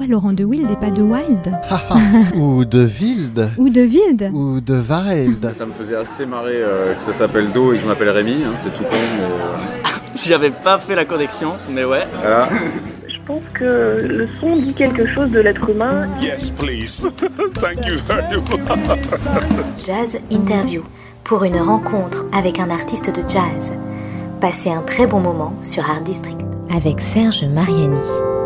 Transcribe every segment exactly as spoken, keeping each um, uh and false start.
pourquoi Laurent de Wild et pas de Wild? Ou de Wild. Ou de Wild. Ou de Wild. Ça me faisait assez marrer euh, que ça s'appelle Do et que je m'appelle Rémi, hein, c'est tout con. Mais, euh... J'avais pas fait la connexion, mais ouais. Voilà. Je pense que le son dit quelque chose de l'être humain. Yes, please. Thank you very much. Jazz Interview, pour une rencontre avec un artiste de jazz. Passez un très bon moment sur Art District avec Serge Mariani.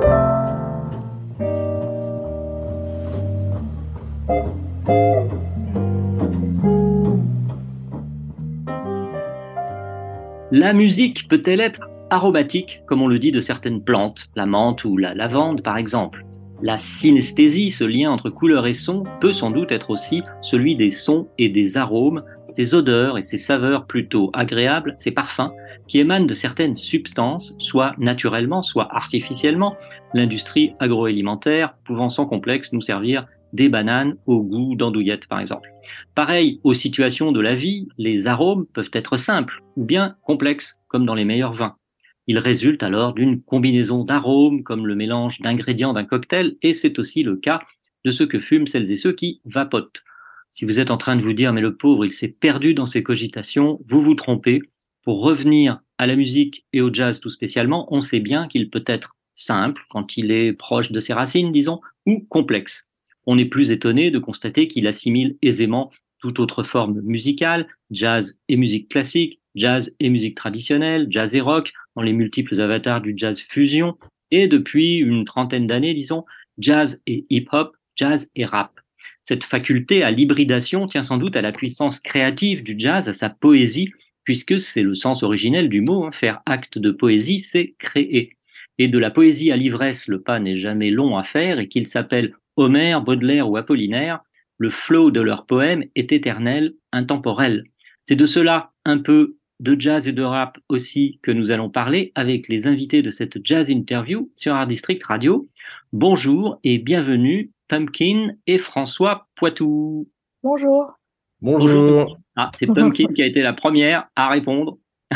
La musique peut-elle être aromatique, comme on le dit de certaines plantes, la menthe ou la lavande par exemple? La synesthésie, ce lien entre couleur et son, peut sans doute être aussi celui des sons et des arômes, ces odeurs et ces saveurs plutôt agréables, ces parfums qui émanent de certaines substances, soit naturellement, soit artificiellement, l'industrie agroalimentaire pouvant sans complexe nous servir des bananes au goût d'andouillettes par exemple. Pareil aux situations de la vie, les arômes peuvent être simples ou bien complexes, comme dans les meilleurs vins. Il résulte alors d'une combinaison d'arômes, comme le mélange d'ingrédients d'un cocktail, et c'est aussi le cas de ce que fument celles et ceux qui vapotent. Si vous êtes en train de vous dire « mais le pauvre, il s'est perdu dans ses cogitations », vous vous trompez. Pour revenir à la musique et au jazz tout spécialement, on sait bien qu'il peut être simple, quand il est proche de ses racines, disons, ou complexe. On n'est plus étonné de constater qu'il assimile aisément toute autre forme musicale, jazz et musique classique, jazz et musique traditionnelle, jazz et rock, dans les multiples avatars du jazz fusion, et depuis une trentaine d'années, disons, jazz et hip-hop, jazz et rap. Cette faculté à l'hybridation tient sans doute à la puissance créative du jazz, à sa poésie, puisque c'est le sens originel du mot, hein, faire acte de poésie, c'est créer. Et de la poésie à l'ivresse, le pas n'est jamais long à faire, et qu'il s'appelle Homère, Baudelaire ou Apollinaire, le flow de leurs poèmes est éternel, intemporel. C'est de cela un peu de jazz et de rap aussi que nous allons parler avec les invités de cette Jazz Interview sur Art District Radio. Bonjour et bienvenue Pumpkin et François Poitou. Bonjour. Bonjour. Bonjour. Ah, c'est Pumpkin qui a été la première à répondre.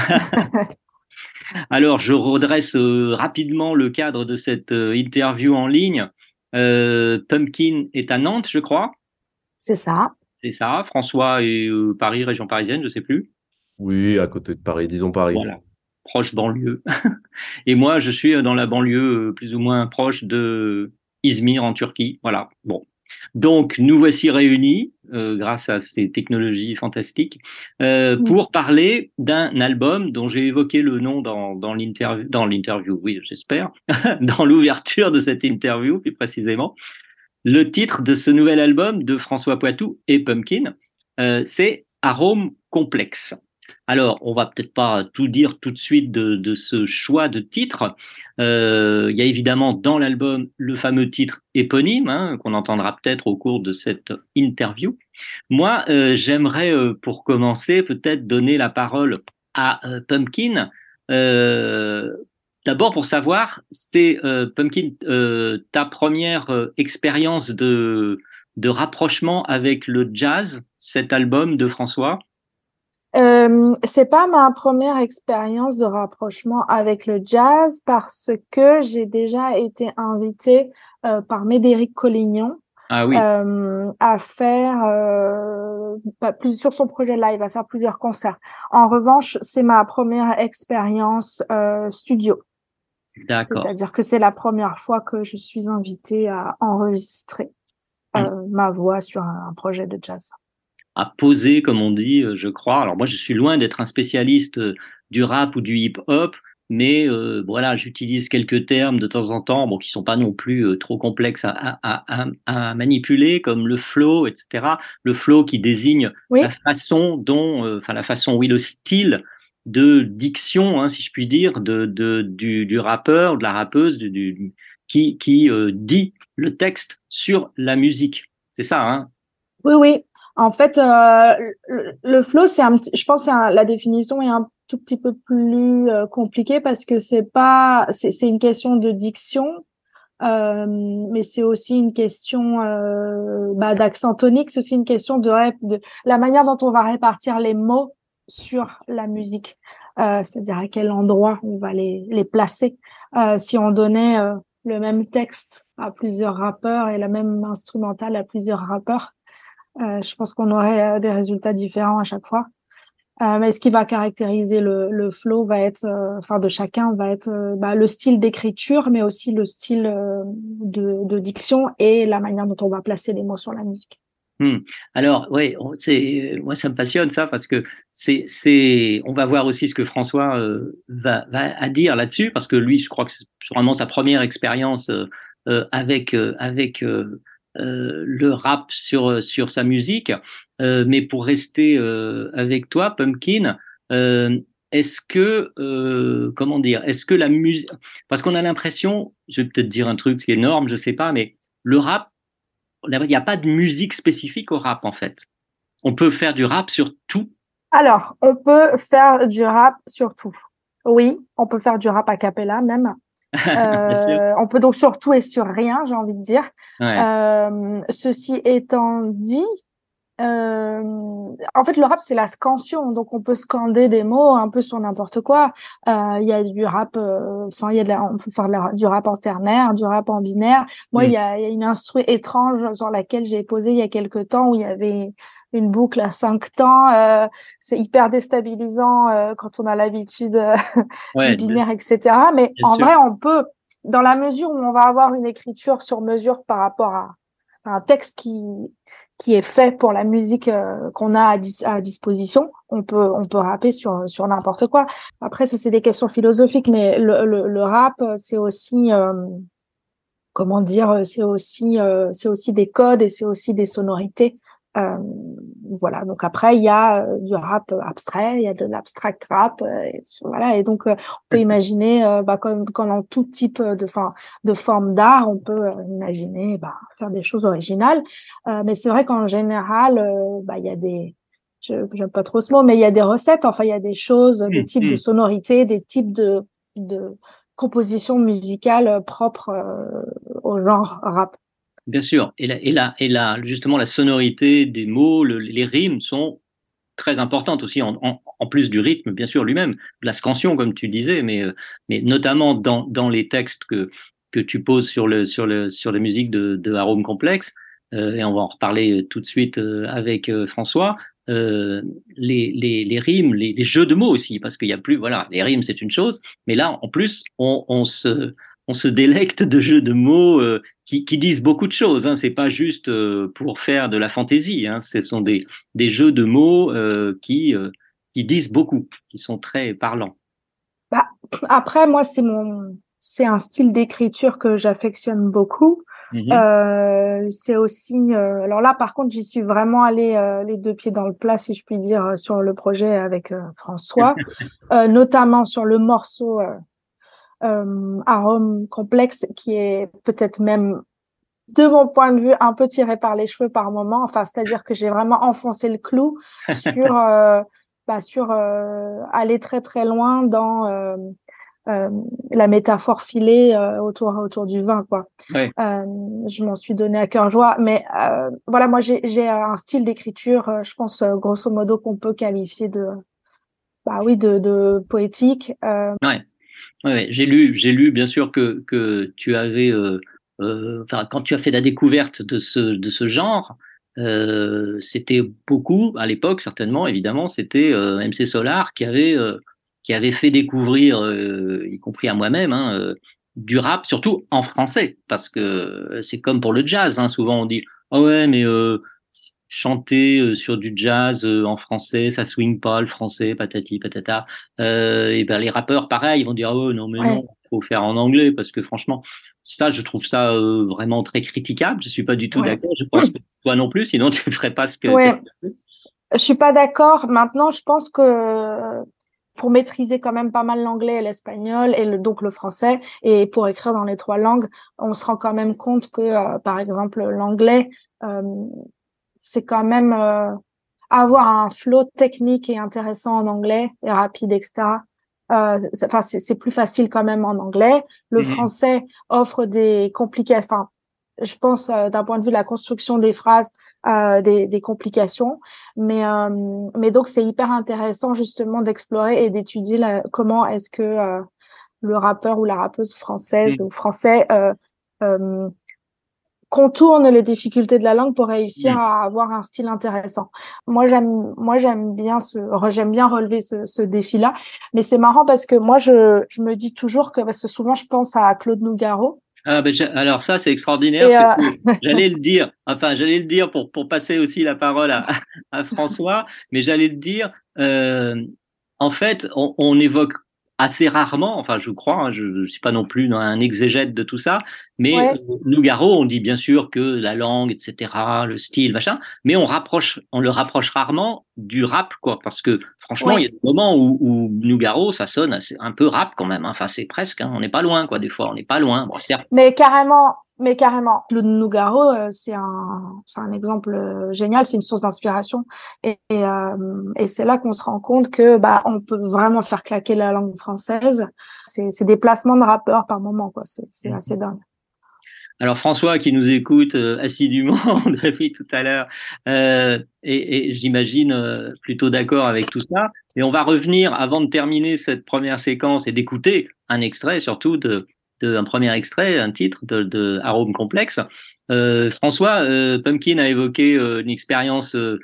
Alors, je redresse euh, rapidement le cadre de cette euh, interview en ligne. Euh, Pumpkin est à Nantes, je crois. C'est ça. C'est ça. François est euh, Paris, région parisienne, je ne sais plus. Oui, à côté de Paris, disons Paris. Voilà, proche banlieue. Et moi, je suis dans la banlieue euh, plus ou moins proche de Izmir en Turquie. Voilà, bon. Donc, nous voici réunis, euh, grâce à ces technologies fantastiques, euh, Mmh. pour parler d'un album dont j'ai évoqué le nom dans, dans, l'interview, dans l'interview, oui, j'espère, dans l'ouverture de cette interview, plus précisément. Le titre de ce nouvel album de François Poitou et Pumpkin, euh, c'est Arôme complexe. Alors, on va peut-être pas tout dire tout de suite de, de ce choix de titre. Euh, il y a évidemment dans l'album le fameux titre éponyme, hein, qu'on entendra peut-être au cours de cette interview. Moi, euh, j'aimerais, euh, pour commencer, peut-être donner la parole à euh, Pumpkin. Euh, D'abord, pour savoir, c'est euh, Pumpkin, euh, ta première euh, expérience de, de rapprochement avec le jazz, cet album de François? Euh, c'est pas ma première expérience de rapprochement avec le jazz parce que j'ai déjà été invitée euh, par Médéric Collignon Ah oui. euh, à faire euh, pas plus sur son projet live, à faire plusieurs concerts. En revanche, c'est ma première expérience euh, studio. D'accord. C'est-à-dire que c'est la première fois que je suis invitée à enregistrer euh, mmh. ma voix sur un, un projet de jazz. À poser, comme on dit, je crois. Alors moi, je suis loin d'être un spécialiste du rap ou du hip-hop, mais euh, voilà, j'utilise quelques termes de temps en temps, bon, qui sont pas non plus euh, trop complexes à, à, à, à manipuler, comme le flow, et cetera. Le flow qui désigne oui. la façon dont, enfin euh, la façon, oui, le style de diction, hein, si je puis dire, de, de du, du rappeur, de la rappeuse, du, du, qui, qui euh, dit le texte sur la musique. C'est ça, hein? Oui, oui. En fait, euh, le, le flow, c'est un, je pense, que un, la définition est un tout petit peu plus euh, compliquée parce que c'est pas, c'est, c'est une question de diction, euh, mais c'est aussi une question euh, bah, d'accent tonique. C'est aussi une question de, de la manière dont on va répartir les mots sur la musique, euh, c'est-à-dire à quel endroit on va les, les placer. Euh, si on donnait euh, le même texte à plusieurs rappeurs et la même instrumentale à plusieurs rappeurs, euh, je pense qu'on aurait euh, des résultats différents à chaque fois. Euh, mais ce qui va caractériser le, le flow va être, euh, enfin de chacun, va être euh, bah, le style d'écriture, mais aussi le style euh, de, de diction et la manière dont on va placer les mots sur la musique. Hmm. Alors, oui, c'est, moi ça me passionne ça parce que c'est, c'est, on va voir aussi ce que François euh, va, va à dire là-dessus parce que lui, je crois que c'est vraiment sa première expérience euh, euh, avec euh, avec euh, euh, le rap sur sur sa musique. Euh, mais pour rester euh, avec toi, Pumpkin, euh, est-ce que euh, comment dire, est-ce que la musique, parce qu'on a l'impression, je vais peut-être dire un truc qui est énorme, je sais pas, mais le rap il n'y a pas de musique spécifique au rap, en fait. On peut faire du rap sur tout. Alors, on peut faire du rap sur tout. Oui, on peut faire du rap a cappella même. Euh, on peut donc sur tout et sur rien, j'ai envie de dire. Ouais. Euh, ceci étant dit, euh, en fait, le rap, c'est la scansion. Donc, on peut scander des mots un peu sur n'importe quoi. Euh, Il y a du rap, enfin, euh, il y a de la, on peut faire de la, du rap en ternaire, du rap en binaire. Moi, il mm. y, a, y a une instru étrange sur laquelle j'ai posé il y a quelques temps où il y avait une boucle à cinq temps. Euh, c'est hyper déstabilisant euh, quand on a l'habitude euh, ouais, du binaire, bien, et cetera. Mais en sûr. vrai, on peut, dans la mesure où on va avoir une écriture sur mesure par rapport à un texte qui qui est fait pour la musique euh, qu'on a à, dis- à disposition, on peut on peut rapper sur sur n'importe quoi. Après ça c'est des questions philosophiques, mais le le, le rap c'est aussi euh, comment dire, c'est aussi euh, c'est aussi des codes et c'est aussi des sonorités. Euh, voilà, donc après il y a euh, du rap abstrait, il y a de l'abstract rap, euh, et, voilà, et donc euh, on peut imaginer euh, bah, comme, comme dans tout type de, fin, de forme d'art, on peut euh, imaginer bah, faire des choses originales, euh, mais c'est vrai qu'en général, euh, bah, il y a des, je j'aime pas trop ce mot, mais il y a des recettes, enfin il y a des choses, des mmh, types mmh. de sonorités, des types de, de compositions musicales propres euh, au genre rap. Bien sûr, et là, et là, et là, justement, la sonorité des mots, le, les rimes sont très importantes aussi, en, en, en plus du rythme, bien sûr, lui-même, la scansion, comme tu disais, mais, mais notamment dans, dans les textes que, que tu poses sur, le, sur, le, sur la musique de, de Arôme Complexe, euh, et on va en reparler tout de suite euh, avec euh, François, euh, les, les, les rimes, les, les jeux de mots aussi, parce qu'il y a plus, voilà, les rimes, c'est une chose, mais là, en plus, on, on se... on se délecte de jeux de mots euh, qui, qui disent beaucoup de choses. Hein. C'est pas juste euh, pour faire de la fantaisie. Hein. Ce sont des, des jeux de mots euh, qui, euh, qui disent beaucoup, qui sont très parlants. Bah, après, moi, c'est mon, c'est un style d'écriture que j'affectionne beaucoup. Mmh. Euh, c'est aussi, euh, alors là, par contre, j'y suis vraiment allée euh, les deux pieds dans le plat, si je puis dire, sur le projet avec euh, François, euh, notamment sur le morceau. Euh, Euh, Arôme Complexe qui est peut-être même de mon point de vue un peu tiré par les cheveux par moment, enfin c'est-à-dire que j'ai vraiment enfoncé le clou sur euh, bah, sur euh, aller très très loin dans euh, euh, la métaphore filée euh, autour autour du vin quoi. Ouais. Euh, je m'en suis donné à cœur joie, mais euh, voilà, moi j'ai j'ai un style d'écriture, euh, je pense euh, grosso modo qu'on peut qualifier de bah oui de de poétique. Euh, ouais. Ouais, j'ai lu, j'ai lu bien sûr que que tu avais, euh, euh, enfin quand tu as fait la découverte de ce de ce genre, euh, c'était beaucoup à l'époque certainement évidemment c'était euh, M C Solar qui avait euh, qui avait fait découvrir, euh, y compris à moi-même, hein, euh, du rap surtout en français parce que c'est comme pour le jazz, hein, souvent on dit ah oh ouais mais euh, chanter euh, sur du jazz euh, en français, ça swing pas le français, patati patata. Euh, et ben les rappeurs, pareil, ils vont dire oh non mais ouais. non, faut faire en anglais parce que franchement, ça, je trouve ça euh, vraiment très critiquable. Je suis pas du tout ouais. d'accord. Je pense que toi non plus, sinon tu ferais pas ce que. Ouais. Je suis pas d'accord. Maintenant, je pense que pour maîtriser quand même pas mal l'anglais et l'espagnol et le, donc le français et pour écrire dans les trois langues, on se rend quand même compte que euh, par exemple l'anglais euh, c'est quand même euh, avoir un flow technique et intéressant en anglais et rapide, et cetera. Euh, enfin, c'est, c'est plus facile quand même en anglais. Le mmh. français offre des complications. Enfin, je pense euh, d'un point de vue de la construction des phrases, euh, des, des complications. Mais, euh, mais donc c'est hyper intéressant justement d'explorer et d'étudier la, comment est-ce que euh, le rappeur ou la rappeuse française mmh. ou français euh, euh, contourne les difficultés de la langue pour réussir mmh. à avoir un style intéressant. Moi, j'aime, moi, j'aime bien ce, j'aime bien relever ce, ce défi-là. Mais c'est marrant parce que moi, je, je me dis toujours que, parce que souvent, je pense à Claude Nougaro. Ah ben alors ça c'est extraordinaire. Et euh... J'allais le dire, enfin j'allais le dire pour pour passer aussi la parole à, à François, mais j'allais le dire. Euh, en fait, on, on évoque assez rarement, enfin je crois, hein, je ne suis pas non plus un exégète de tout ça, mais ouais. euh, Nougaro, on dit bien sûr que la langue, et cetera, le style, machin, mais on rapproche, on le rapproche rarement du rap, quoi, parce que franchement, il ouais. y a des moments où, où Nougaro, ça sonne assez, un peu rap quand même, hein. Enfin c'est presque, hein, on n'est pas loin, quoi, des fois, on n'est pas loin. Bon, certes. Mais carrément. Mais carrément, Claude Nougaro, euh, c'est un, c'est un exemple euh, génial, c'est une source d'inspiration, et, et, euh, et c'est là qu'on se rend compte que bah on peut vraiment faire claquer la langue française. C'est, c'est des placements de rappeurs par moment, quoi. C'est, c'est mmh. assez dingue. Alors François qui nous écoute euh, assidûment depuis tout à l'heure, euh, et, et j'imagine euh, plutôt d'accord avec tout ça. Et on va revenir avant de terminer cette première séquence et d'écouter un extrait surtout de De, un premier extrait, un titre de, de Arôme Complexe. Euh, François, euh, Pumpkin a évoqué euh, une expérience euh,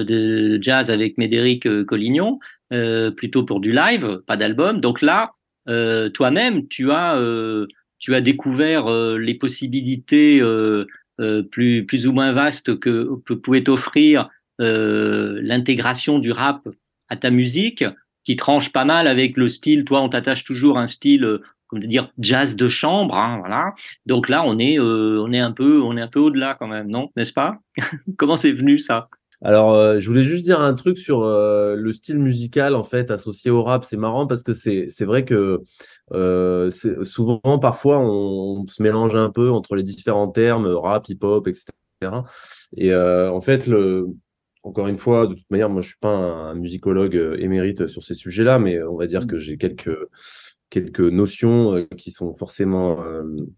de jazz avec Médéric euh, Collignon, euh, plutôt pour du live, pas d'album. Donc là, euh, toi-même, tu as, euh, tu as découvert euh, les possibilités euh, euh, plus, plus ou moins vastes que, que pouvait offrir euh, l'intégration du rap à ta musique, qui tranche pas mal avec le style. Toi, on t'attache toujours un style euh, comme de dire jazz de chambre, hein, voilà. Donc là, on est, euh, on est un peu, on est un peu au-delà quand même, non, n'est-ce pas? Comment c'est venu ça? Alors, euh, je voulais juste dire un truc sur euh, le style musical en fait associé au rap. C'est marrant parce que c'est c'est vrai que euh, c'est, souvent, parfois, on, on se mélange un peu entre les différents termes rap, hip-hop, et cetera. Et euh, en fait, le encore une fois, de toute manière, moi, je suis pas un, un musicologue émérite sur ces sujets-là, mais on va dire que j'ai quelques quelques notions euh, qui sont forcément euh,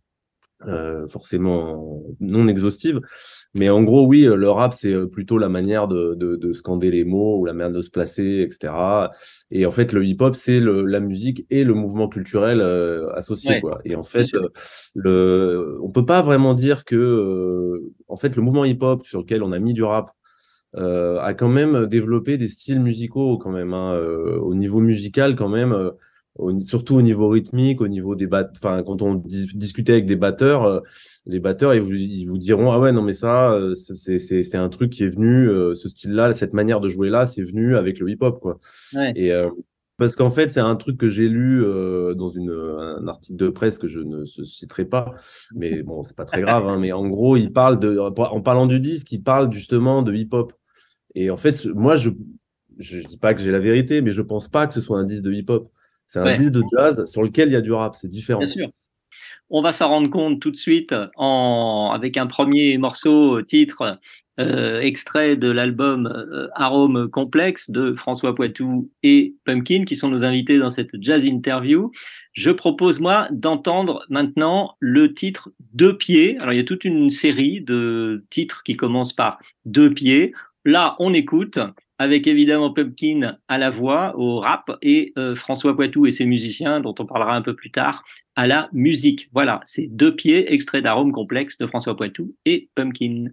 euh, forcément non exhaustives, mais en gros oui, le rap c'est plutôt la manière de, de, de scander les mots ou la manière de se placer, et cetera. Et en fait le hip-hop c'est le, la musique et le mouvement culturel euh, associé, ouais. quoi. Et en fait euh, le, on peut pas vraiment dire que euh, en fait le mouvement hip-hop sur lequel on a mis du rap euh, a quand même développé des styles musicaux quand même, hein, euh, au niveau musical quand même. Euh, Au, surtout au niveau rythmique, au niveau des bat, enfin quand on dis, discutait avec des batteurs, euh, les batteurs ils vous, ils vous diront ah ouais non mais ça euh, c'est c'est c'est un truc qui est venu, euh, ce style-là, cette manière de jouer là, c'est venu avec le hip-hop quoi. Ouais. Et euh, parce qu'en fait c'est un truc que j'ai lu euh, dans une un article de presse que je ne citerai pas, mais bon c'est pas très grave, hein, mais en gros il parle de en parlant du disque, il parle justement de hip-hop. Et en fait moi je je dis pas que j'ai la vérité, mais je pense pas que ce soit un disque de hip-hop. C'est un ouais. disque de jazz sur lequel il y a du rap, c'est différent. Bien sûr. On va s'en rendre compte tout de suite en, avec un premier morceau, titre, euh, extrait de l'album euh, Arôme Complexe de François Poitou et Pumpkin, qui sont nos invités dans cette jazz interview. Je propose, moi, d'entendre maintenant le titre Deux pieds. Alors, il y a toute une série de titres qui commencent par Deux pieds. Là, on écoute, avec évidemment Pumpkin à la voix, au rap, et euh, François Poitou et ses musiciens, dont on parlera un peu plus tard, à la musique. Voilà, c'est Deux pieds, extrait d'Arôme Complexe de François Poitou et Pumpkin.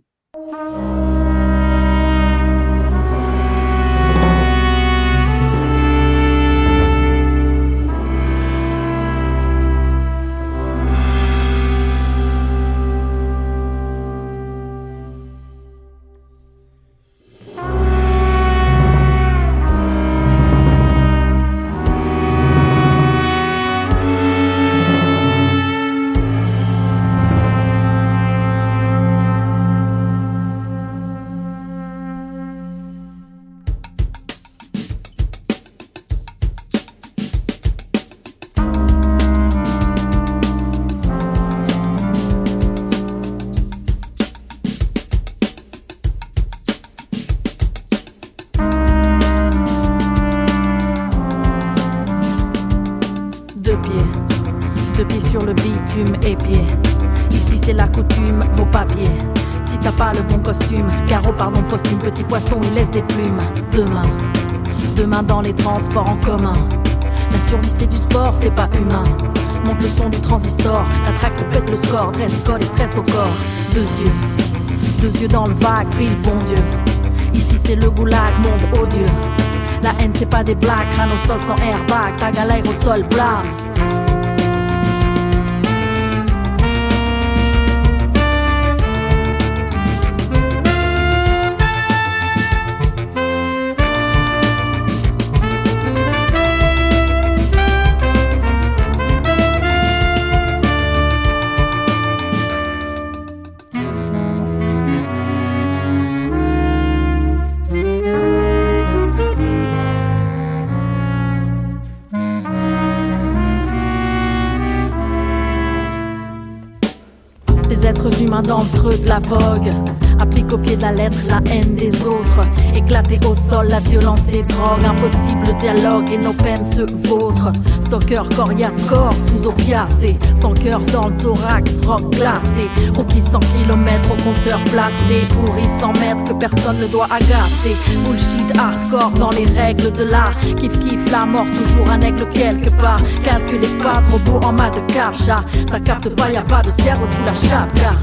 Poisson, il laisse des plumes. Demain, demain dans les transports en commun. La survie c'est du sport, c'est pas humain. Monte le son du transistor, la track se pète le score, dress code et stress au corps. Deux yeux, deux yeux dans le vague, prie le bon Dieu. Ici c'est le goulag, monde odieux. La haine c'est pas des blagues, crâne au sol sans airbag, ta galère au sol blâme. Dans le creux de la vogue, applique au pied de la lettre la haine des autres, éclater au sol la violence et drogue, impossible dialogue et nos peines se vautrent. Stalker coriace, corps sous opiacé, sans cœur dans le thorax, rock glacé, rookie cent kilomètres au compteur placé, pourri cent mètres que personne ne doit agacer, bullshit hardcore dans les règles de l'art, kiff kiff la mort, toujours un aigle quelque part, calculez pas trop beau en mât de captcha, ça capte pas, y a pas de cerveau sous la chapka.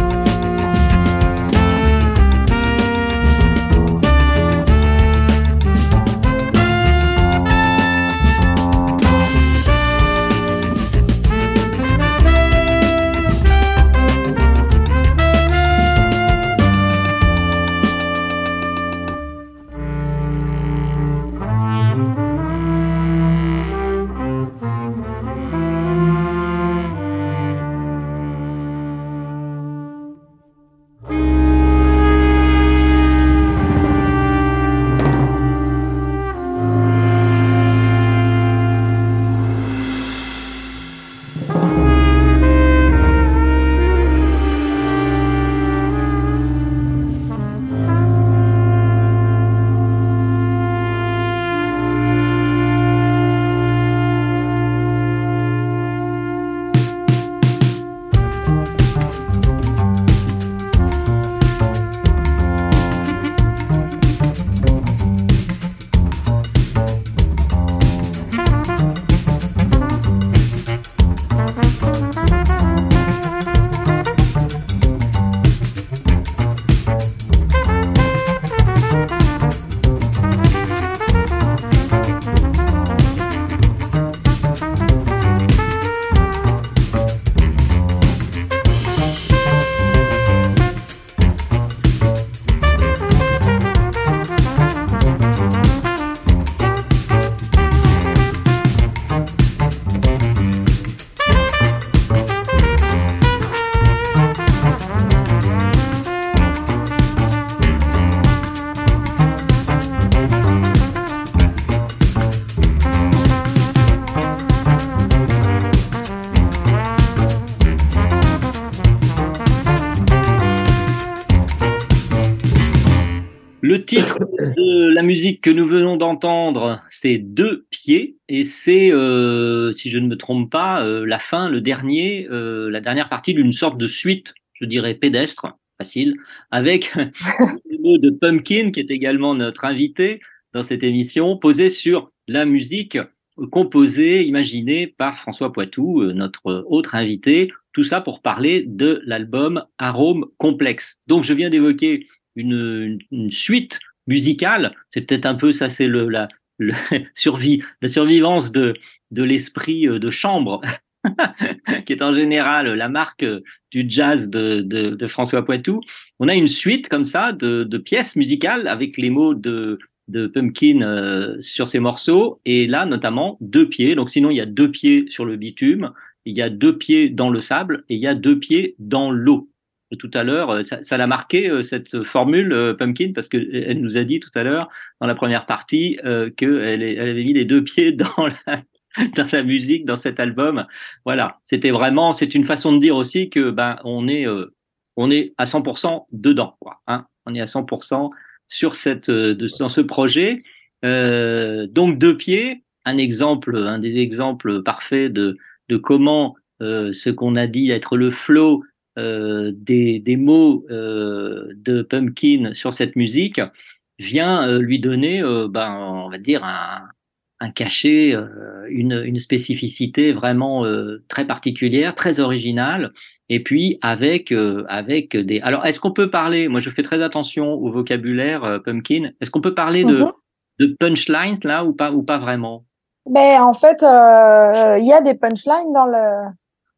Le titre de la musique que nous venons d'entendre, c'est Deux pieds, et c'est, euh, si je ne me trompe pas, euh, la fin, le dernier, euh, la dernière partie d'une sorte de suite, je dirais pédestre, facile, avec le mot de Pumpkin, qui est également notre invité dans cette émission, posé sur la musique composée, imaginée par François Poitou, notre autre invité, tout ça pour parler de l'album Arôme Complexe. Donc je viens d'évoquer Une, une, une suite musicale, c'est peut-être un peu ça, c'est le, la, le survie, la survivance de, de l'esprit de chambre, qui est en général la marque du jazz de, de, de François Poitou. On a une suite comme ça de, de pièces musicales avec les mots de, de Pumpkin euh, sur ces morceaux, et là notamment deux pieds. Donc sinon il y a deux pieds sur le bitume, il y a deux pieds dans le sable et il y a deux pieds dans l'eau. Tout à l'heure, ça, ça l'a marqué, cette formule, Pumpkin, parce qu'elle nous a dit tout à l'heure, dans la première partie, euh, qu'elle elle avait mis les deux pieds dans la, dans la musique, dans cet album. Voilà, c'était vraiment, c'est une façon de dire aussi que ben on est, euh, on est à cent pour cent dedans, quoi. Hein, on est à cent pour cent sur cette, de, dans ce projet. Euh, donc deux pieds, un exemple, un des exemples parfaits de, de comment euh, ce qu'on a dit être le flow. Euh, des, des mots euh, de Pumpkin sur cette musique vient euh, lui donner, euh, ben, on va dire, un, un cachet, euh, une, une spécificité vraiment euh, très particulière, très originale. Et puis avec euh, avec des. Alors, est-ce qu'on peut parler? Moi, je fais très attention au vocabulaire, euh, Pumpkin. Est-ce qu'on peut parler de Mhm. de punchlines là ou pas ou pas vraiment? Ben, en fait, euh, il y a des punchlines dans le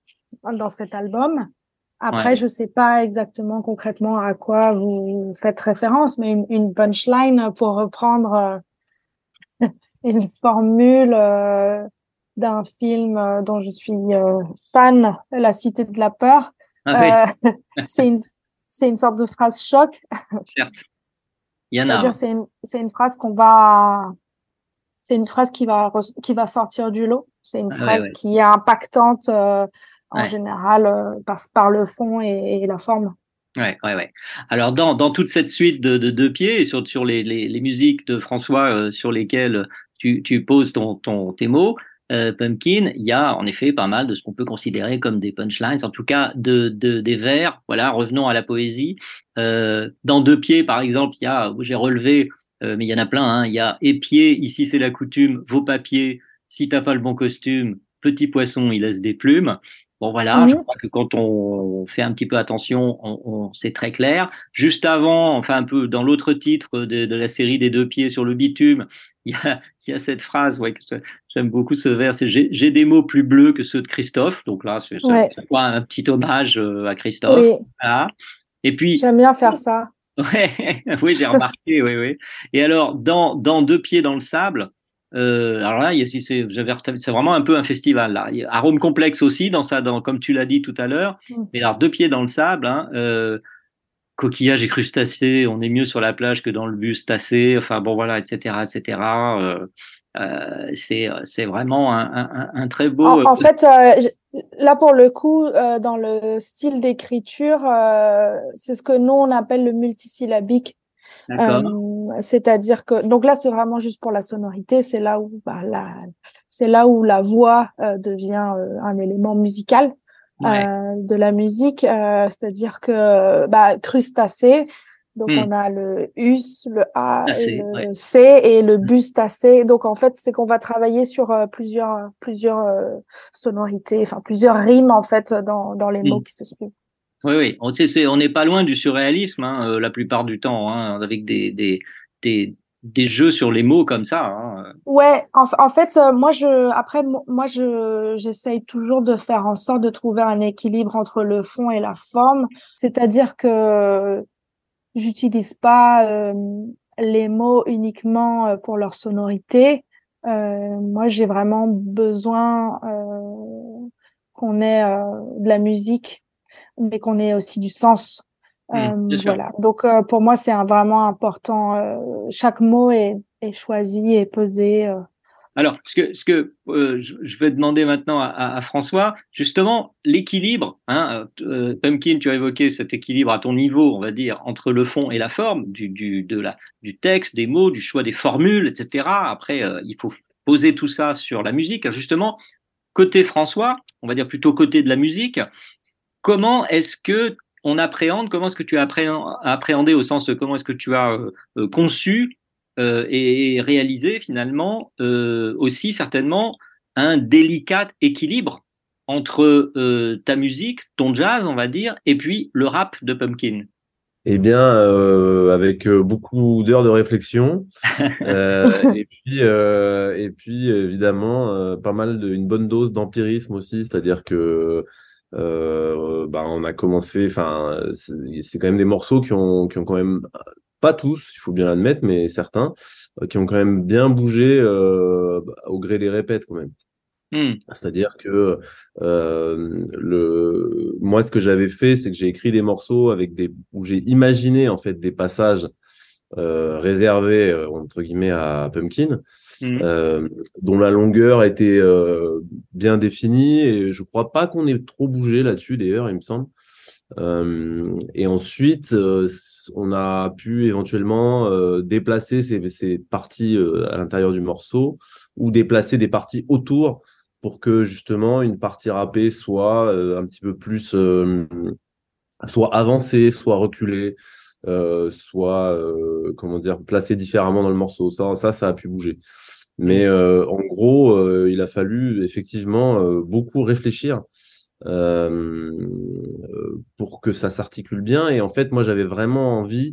dans cet album. Après, Ouais. je sais pas exactement concrètement à quoi vous faites référence, mais une, une punchline, pour reprendre euh, une formule euh, d'un film euh, dont je suis euh, fan, La Cité de la peur, Ah oui, euh, c'est une c'est une sorte de phrase choc. certes. Il y en a. C'est-à-dire, c'est une c'est une phrase qu'on va c'est une phrase qui va re- qui va sortir du lot. C'est une Ah, ouais, phrase ouais. qui est impactante euh, en Ouais. général euh, par par le fond et, et la forme. Ouais, ouais, ouais. Alors, dans, dans toute cette suite de, de deux pieds, et sur, sur les, les, les musiques de François euh, sur lesquelles tu, tu poses ton, ton, tes mots, euh, Pumpkin, il y a en effet pas mal de ce qu'on peut considérer comme des punchlines, en tout cas de, de, des vers. Voilà, revenons à la poésie. Euh, dans deux pieds, par exemple, il y a, j'ai relevé, euh, mais il y en a plein, hein, il y a épier, ici c'est la coutume, vos papiers, si t'as pas le bon costume, petit poisson, il laisse des plumes. Bon voilà, je Mhm. crois que quand on fait un petit peu attention, on, on, c'est très clair. Juste avant, enfin un peu dans l'autre titre de, de la série des deux pieds sur le bitume, il y a, il y a cette phrase, ouais, que j'aime beaucoup ce vers, c'est j'ai, j'ai des mots plus bleus que ceux de Christophe. Donc là, c'est Ouais, un petit hommage euh, à Christophe. oui, Voilà. Et puis, j'aime bien faire ça. ouais, oui, j'ai remarqué, oui, oui. Et alors, dans, dans Deux pieds dans le sable, euh, alors là, il y a- c'est, j'avais, c'est vraiment un peu un festival, là. Il y a Arôme complexe aussi, dans ça, dans, comme tu l'as dit tout à l'heure. Mm. Mais alors, Deux pieds dans le sable, hein, euh, coquillages et crustacés, on est mieux sur la plage que dans le bus tassé. Enfin, bon, voilà, et cetera, et cetera. Euh, euh, c'est, c'est vraiment un, un, un très beau. En, euh, en fait, euh, je- là pour le coup, euh, dans le style d'écriture, euh, c'est ce que nous on appelle le multisyllabique. D'accord. Euh, c'est-à-dire que donc là c'est vraiment juste pour la sonorité, c'est là où bah, la c'est là où la voix euh, devient euh, un élément musical Ouais. euh, de la musique, euh, c'est-à-dire que bah crustacé, donc Hmm. on a le us, le a et Tassé, le ouais. c et le bustacé. Donc en fait c'est qu'on va travailler sur euh, plusieurs plusieurs euh, sonorités, enfin plusieurs rimes en fait dans dans les mots Hmm. qui se suivent. Oui, oui, on sait, c'est, on n'est pas loin du surréalisme, hein, euh, la plupart du temps, hein, avec des, des, des, des jeux sur les mots comme ça. Hein. Ouais, en, en fait, euh, moi, je, après, mo- moi, je, j'essaye toujours de faire en sorte de trouver un équilibre entre le fond et la forme. C'est-à-dire que j'utilise pas euh, les mots uniquement euh, pour leur sonorité. Euh, moi, j'ai vraiment besoin euh, qu'on ait euh, de la musique, mais qu'on ait aussi du sens. Hmm, bien Euh, sûr. voilà. Donc, euh, pour moi, c'est un- vraiment important. Euh, chaque mot est, est choisi et pesé. euh. Alors, ce que, ce que euh, je, je vais demander maintenant à, à, à François, justement, l'équilibre, hein, euh, Pumpkin, tu as évoqué cet équilibre à ton niveau, on va dire, entre le fond et la forme du, du, de la, du texte, des mots, du choix des formules, et cetera. Après, euh, il faut poser tout ça sur la musique. Justement, côté François, on va dire plutôt côté de la musique, comment est-ce que on appréhende, comment est-ce que tu as appréhendé au sens de comment est-ce que tu as euh, euh, conçu euh, et réalisé finalement euh, aussi certainement un délicat équilibre entre euh, ta musique, ton jazz, on va dire, et puis le rap de Pumpkin. Eh bien, euh, avec euh, beaucoup d'heures de réflexion, euh, et puis, euh, et puis évidemment, euh, pas mal de, une bonne dose d'empirisme aussi, c'est-à-dire que euh, bah, on a commencé, enfin, c'est c'est quand même des morceaux qui ont, qui ont quand même, pas tous, il faut bien l'admettre, mais certains, euh, qui ont quand même bien bougé euh, au gré des répètes quand même. Hmm. C'est-à-dire que euh, le... moi, ce que j'avais fait, c'est que j'ai écrit des morceaux avec des... où j'ai imaginé en fait des passages euh, réservés euh, entre guillemets à Pumpkin, Hmm. euh, dont la longueur était euh, bien définie et je crois pas qu'on ait trop bougé là-dessus d'ailleurs, il me semble. Euh, et ensuite, euh, on a pu éventuellement euh, déplacer ces, ces parties euh, à l'intérieur du morceau ou déplacer des parties autour pour que justement une partie rappée soit euh, un petit peu plus, euh, soit avancée, soit reculée, euh, soit, euh, comment dire, placée différemment dans le morceau. Ça, ça, ça a pu bouger. Mais euh, en gros, euh, il a fallu effectivement euh, beaucoup réfléchir euh, pour que ça s'articule bien. Et en fait, moi, j'avais vraiment envie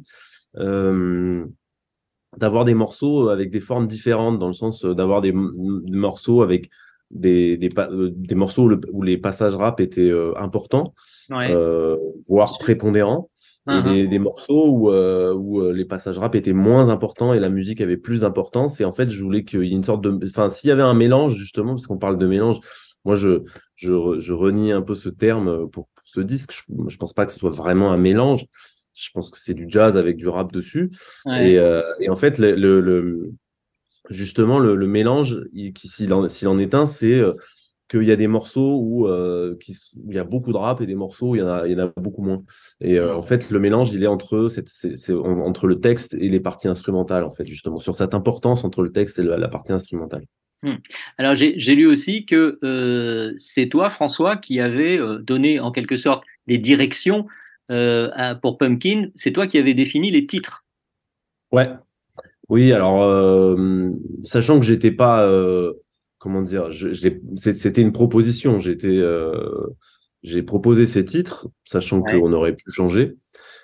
euh, d'avoir des morceaux avec des formes différentes, dans le sens d'avoir des, des morceaux avec des, des, des morceaux où, le, où les passages rap étaient euh, importants, Ouais. euh, voire prépondérants, et uh-huh. des, des morceaux où, euh, où les passages rap étaient moins importants et la musique avait plus d'importance. Et en fait, je voulais qu'il y ait une sorte de... Enfin, s'il y avait un mélange, justement, parce qu'on parle de mélange, moi, je, je, je renie un peu ce terme pour, pour ce disque. Je ne pense pas que ce soit vraiment un mélange. Je pense que c'est du jazz avec du rap dessus. Ouais. Et, euh, et en fait, le, le, le, justement, le, le mélange, il, qui, s'il, en, s'il en est un, c'est euh, qu'il y a des morceaux où, euh, qui, où il y a beaucoup de rap et des morceaux où il y en a, il y en a beaucoup moins. Et euh, en fait, le mélange, il est entre, c'est, c'est, c'est entre le texte et les parties instrumentales, en fait, justement, sur cette importance entre le texte et la, la partie instrumentale. Hum. Alors, j'ai, j'ai lu aussi que euh, c'est toi, François, qui avait euh, donné en quelque sorte des directions euh, à, pour Pumpkin. C'est toi qui avais défini les titres. Ouais. Oui, alors, euh, sachant que j'étais pas, euh, comment dire, je, j'ai, c'était une proposition. J'étais, euh, j'ai proposé ces titres, sachant ouais. qu'on aurait pu changer.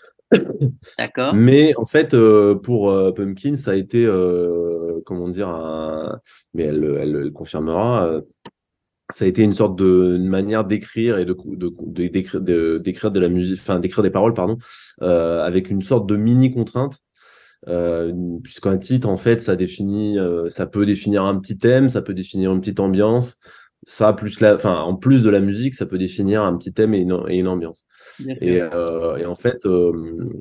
D'accord. Mais en fait, euh, pour euh, Pumpkin, ça a été, euh, comment dire, un... mais elle, elle, elle confirmera, euh, ça a été une sorte de une manière d'écrire et de, de, de, d'écrire, de, d'écrire de la musique, enfin d'écrire des paroles, pardon, euh, avec une sorte de mini contrainte. Euh, puisqu'un titre, en fait, ça définit, euh, ça peut définir un petit thème, ça peut définir une petite ambiance. Ça, plus la, enfin, en plus de la musique, ça peut définir un petit thème et une, et une ambiance. Et, euh, et en fait, euh,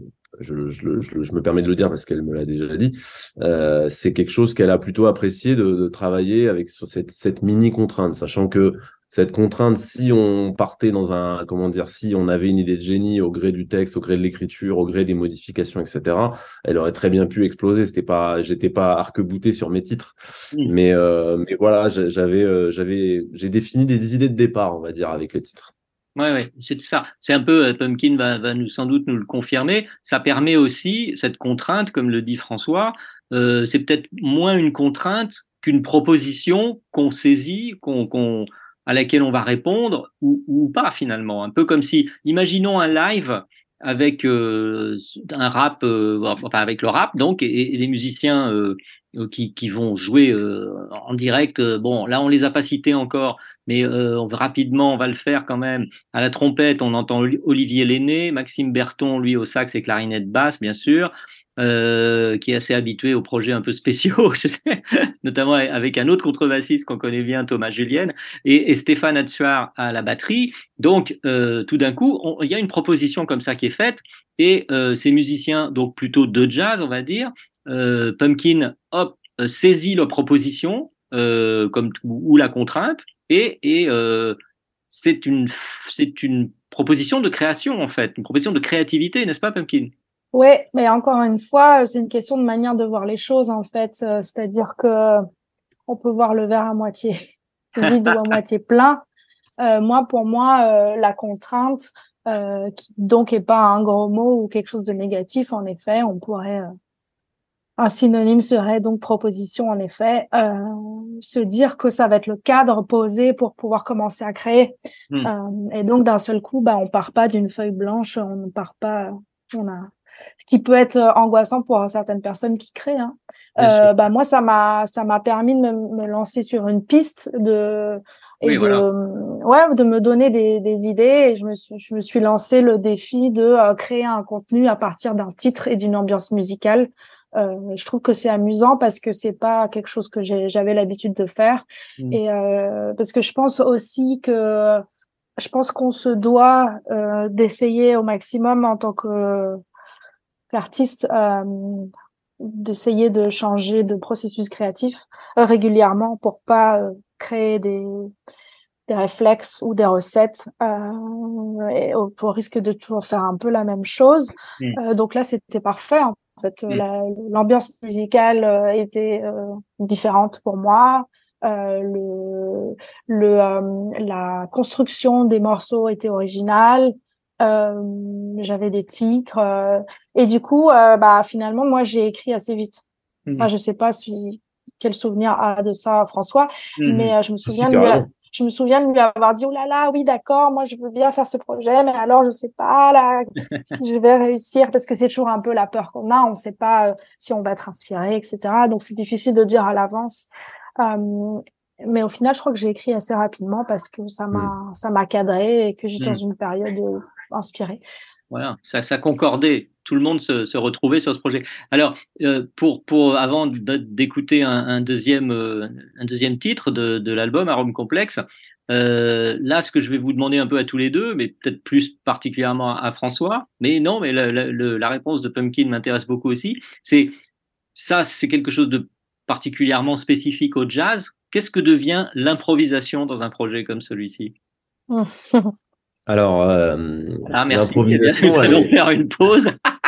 je, je, je, je me permets de le dire parce qu'elle me l'a déjà dit, euh, c'est quelque chose qu'elle a plutôt apprécié de, de travailler avec sur cette, cette mini contrainte, sachant que cette contrainte, si on partait dans un, comment dire, si on avait une idée de génie au gré du texte, au gré de l'écriture, au gré des modifications, et cetera, elle aurait très bien pu exploser. C'était pas, j'étais pas arc-bouté sur mes titres, mmh. mais, euh, mais voilà, j'avais, euh, j'avais, j'ai défini des idées de départ, on va dire, avec les titres. Ouais, ouais, c'est ça. C'est un peu, Pumpkin va, va nous, sans doute nous le confirmer. Ça permet aussi cette contrainte, comme le dit François, euh, c'est peut-être moins une contrainte qu'une proposition qu'on saisit, qu'on, qu'on, à laquelle on va répondre ou, ou pas finalement. Un peu comme si, imaginons un live avec euh, un rap, euh, enfin avec le rap donc, et, et les musiciens euh, qui, qui vont jouer euh, en direct. Bon, là on les a pas cités encore, mais euh, on, rapidement on va le faire quand même. À la trompette, on entend Olivier Lenné, Maxime Berton, lui au sax et clarinette basse, bien sûr. Euh, qui est assez habitué aux projets un peu spéciaux, je sais, notamment avec un autre contrebassiste qu'on connaît bien, Thomas Julienne, et, et Stéphane Hatsuar à la batterie. Donc, euh, tout d'un coup, il y a une proposition comme ça qui est faite, et euh, ces musiciens, donc plutôt de jazz, on va dire, euh, Pumpkin, hop, euh, saisit la proposition, euh, comme, ou, ou la contrainte, et, et euh, c'est une, c'est une proposition de création, en fait, une proposition de créativité, n'est-ce pas, Pumpkin ? Oui, mais encore une fois, c'est une question de manière de voir les choses, en fait. Euh, c'est-à-dire que on peut voir le verre à moitié vide ou à moitié plein. Euh, moi, pour moi, euh, la contrainte, euh, qui donc est pas un gros mot ou quelque chose de négatif, en effet, on pourrait... Euh, un synonyme serait donc proposition, en effet. Euh, se dire que ça va être le cadre posé pour pouvoir commencer à créer. Mmh. Euh, et donc, d'un seul coup, bah, on part pas d'une feuille blanche, on ne part pas... On a... Ce qui peut être angoissant pour certaines personnes qui créent. Hein. Euh, bah moi, ça m'a ça m'a permis de me, me lancer sur une piste de et oui, de voilà. ouais de me donner des, des idées. Et je me suis je me suis lancé le défi de euh, créer un contenu à partir d'un titre et d'une ambiance musicale. Euh, je trouve que c'est amusant parce que c'est pas quelque chose que j'ai, j'avais l'habitude de faire mmh. et euh, parce que je pense aussi que je pense qu'on se doit euh, d'essayer au maximum en tant que l'artiste euh, d'essayer de changer de processus créatif euh, régulièrement pour pas euh, créer des des réflexes ou des recettes euh, et au, au risque de toujours faire un peu la même chose. Mmh. Euh, donc là, c'était parfait. En fait, mmh. la, l'ambiance musicale euh, était euh, différente pour moi. Euh, le le euh, la construction des morceaux était originale. Euh, j'avais des titres euh, et du coup euh, bah finalement moi j'ai écrit assez vite. Mmh. Enfin, je sais pas si quel souvenir a de ça François, mmh. mais euh, je me souviens Si, de lui, je me souviens de lui avoir dit oh là là, oui d'accord, moi je veux bien faire ce projet, mais alors je sais pas là si je vais réussir, parce que c'est toujours un peu la peur qu'on a, on sait pas euh, si on va être inspiré, et cetera. Donc c'est difficile de dire à l'avance. Euh, mais au final, je crois que j'ai écrit assez rapidement parce que ça m'a mmh. ça m'a cadré et que j'étais mmh. dans une période euh, inspirée. Voilà, ça, ça concordait. Tout le monde se, se retrouvait sur ce projet. Alors, euh, pour, pour, avant d'écouter un, un, deuxième, euh, un deuxième titre de, de l'album, Arôme Complexe, euh, là, ce que je vais vous demander un peu à tous les deux, mais peut-être plus particulièrement à François, mais non, mais la, la, la réponse de Pumpkin m'intéresse beaucoup aussi, c'est ça, c'est quelque chose de particulièrement spécifique au jazz. Qu'est-ce que devient l'improvisation dans un projet comme celui-ci? Alors, euh, ah, merci. l'improvisation, nous allons faire une pause.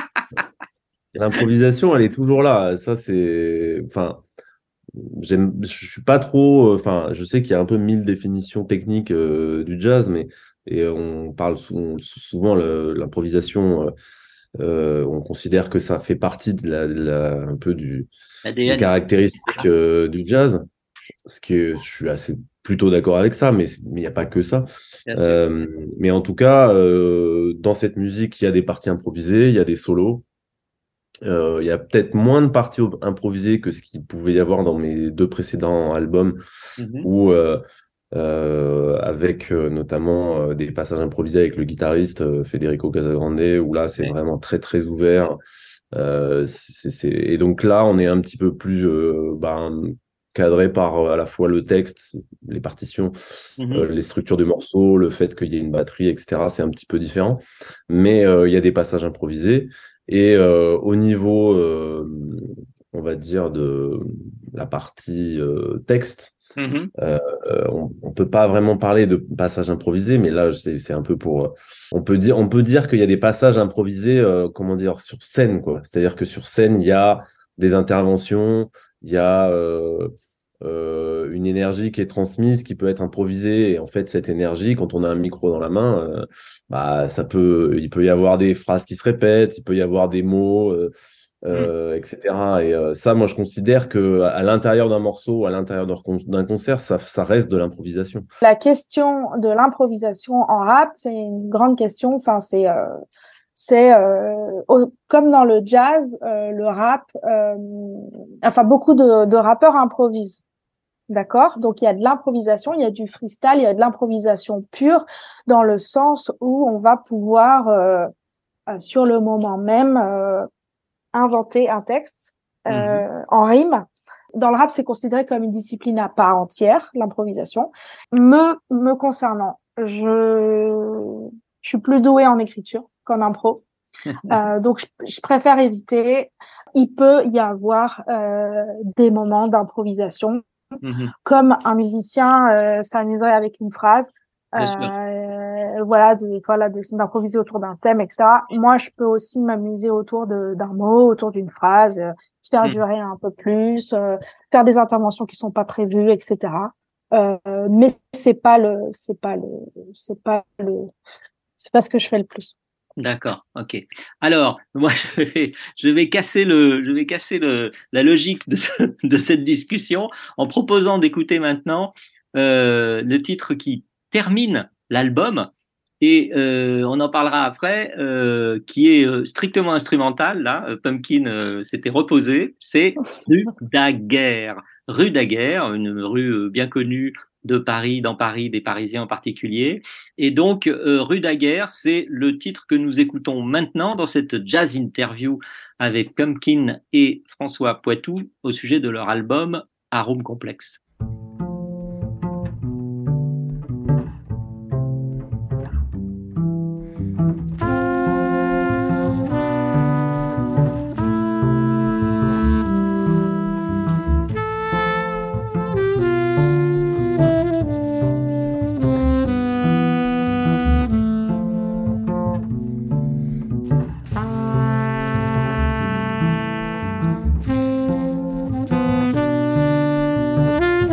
L'improvisation, elle est toujours là. Ça, c'est, enfin, j'aime, je suis pas trop, enfin, je sais qu'il y a un peu mille définitions techniques euh, du jazz, mais et on parle souvent, souvent le, l'improvisation. Euh, on considère que ça fait partie de la, de la un peu du des caractéristiques euh, du jazz, ce que je suis assez plutôt d'accord avec ça, mais il n'y a pas que ça. Euh, mais en tout cas, euh, dans cette musique, il y a des parties improvisées, il y a des solos. Euh, il y a peut-être moins de parties improvisées que ce qu'il pouvait y avoir dans mes deux précédents albums, mm-hmm. où euh, euh, avec euh, notamment euh, des passages improvisés avec le guitariste euh, Federico Casagrande, où là c'est ouais. vraiment très très ouvert. Euh, c'est, c'est... Et donc là, on est un petit peu plus euh, ben, cadré par à la fois le texte, les partitions, mm-hmm. euh, les structures de morceaux, le fait qu'il y ait une batterie, et cetera. C'est un petit peu différent, mais euh, il y a des passages improvisés. Et euh, au niveau, euh, on va dire, de la partie euh, texte, mm-hmm. euh, on, on peut pas vraiment parler de passages improvisés, mais là, c'est, c'est un peu pour... On peut dire, on peut dire qu'il y a des passages improvisés, euh, comment dire, sur scène, quoi. C'est-à-dire que sur scène, il y a des interventions, il y a euh, euh, une énergie qui est transmise, qui peut être improvisée. Et en fait, cette énergie, quand on a un micro dans la main, euh, bah, ça peut, il peut y avoir des phrases qui se répètent, il peut y avoir des mots, euh, euh, mm. et cetera. Et euh, ça, moi, je considère que à l'intérieur d'un morceau, à l'intérieur d'un concert, ça, ça reste de l'improvisation. La question de l'improvisation en rap, c'est une grande question. Enfin, c'est euh... C'est euh, au, comme dans le jazz, euh, le rap, euh, enfin beaucoup de, de rappeurs improvisent, d'accord? Donc il y a de l'improvisation, il y a du freestyle, il y a de l'improvisation pure, dans le sens où on va pouvoir euh, euh, sur le moment même euh, inventer un texte euh, mm-hmm. en rime. Dans le rap, c'est considéré comme une discipline à part entière, l'improvisation. Me me concernant, je je suis plus douée en écriture qu'en impro. euh, donc, je, je préfère éviter. Il peut y avoir euh, des moments d'improvisation, mm-hmm. comme un musicien euh, s'amuserait avec une phrase, euh, voilà, de, voilà, de, d'improviser autour d'un thème, et cetera. Moi, je peux aussi m'amuser autour de, d'un mot, autour d'une phrase, euh, faire mm. durer un peu plus, euh, faire des interventions qui sont pas prévues, et cetera. Euh, mais c'est pas le, c'est pas le, c'est pas le, c'est pas ce que je fais le plus. D'accord, ok. Alors, moi, je vais, je vais casser le, je vais casser le, la logique de, ce, de cette discussion en proposant d'écouter maintenant euh, le titre qui termine l'album et euh, on en parlera après, euh, qui est euh, strictement instrumental. Là, Pumpkin euh, s'était reposé. C'est Rue Daguerre. Rue Daguerre, une rue bien connue de Paris, dans Paris, des Parisiens en particulier. Et donc, euh, Rue Daguerre, c'est le titre que nous écoutons maintenant dans cette jazz interview avec Pumpkin et François Poitou au sujet de leur album Arôme Complexe. Thank you.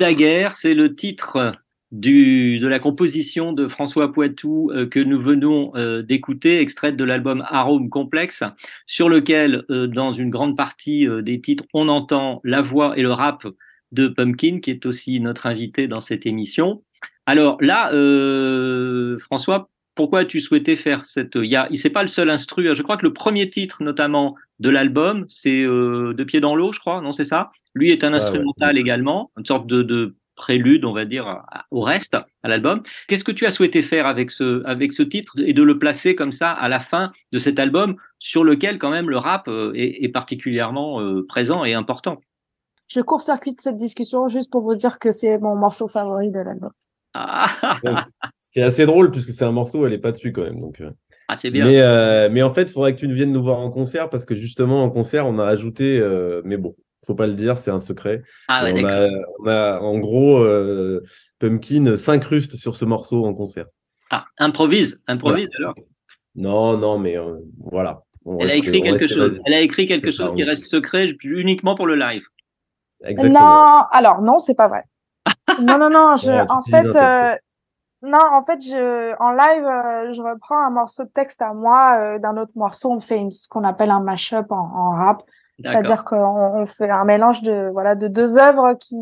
daguerre, c'est le titre du, de la composition de François Poitou euh, que nous venons euh, d'écouter, extraite de l'album Arôme Complexe, sur lequel, euh, dans une grande partie euh, des titres, on entend la voix et le rap de Pumpkin, qui est aussi notre invité dans cette émission. Alors là, euh, François, pourquoi as-tu souhaité faire cette... Il y a, c'est pas le seul instru. Je crois que le premier titre, notamment, de l'album, c'est euh, De pied dans l'eau, je crois, non, c'est ça? Lui est un instrumental ah ouais. également, une sorte de, de prélude, on va dire, à, au reste, à l'album. Qu'est-ce que tu as souhaité faire avec ce, avec ce titre et de le placer comme ça à la fin de cet album, sur lequel, quand même, le rap euh, est, est particulièrement euh, présent et important? Je court-circuite cette discussion juste pour vous dire que c'est mon morceau favori de l'album. Ah. Donc, ce qui est assez drôle, puisque c'est un morceau, elle n'est pas dessus quand même. Donc, euh... ah, c'est bien. Mais, euh, mais en fait, il faudrait que tu viennes nous voir en concert, parce que justement, en concert, on a ajouté, euh... mais bon, il ne faut pas le dire, c'est un secret. Ah, ouais, on, a, on a, en gros, euh, Pumpkin s'incruste sur ce morceau en concert. Ah, improvise, improvise voilà. alors. Non, non, mais euh, voilà. On elle, reste, a écrit quelque chose. elle a écrit quelque chose ça, qui reste secret uniquement pour le live. Exactement. Non, alors non, c'est pas vrai. non, non, non. Je, ouais, en fait, euh, non, en fait, je, en live, euh, je reprends un morceau de texte à moi euh, d'un autre morceau. On fait une, ce qu'on appelle un mash-up en, en rap, c'est-à-dire qu'on on fait un mélange de voilà de deux œuvres qui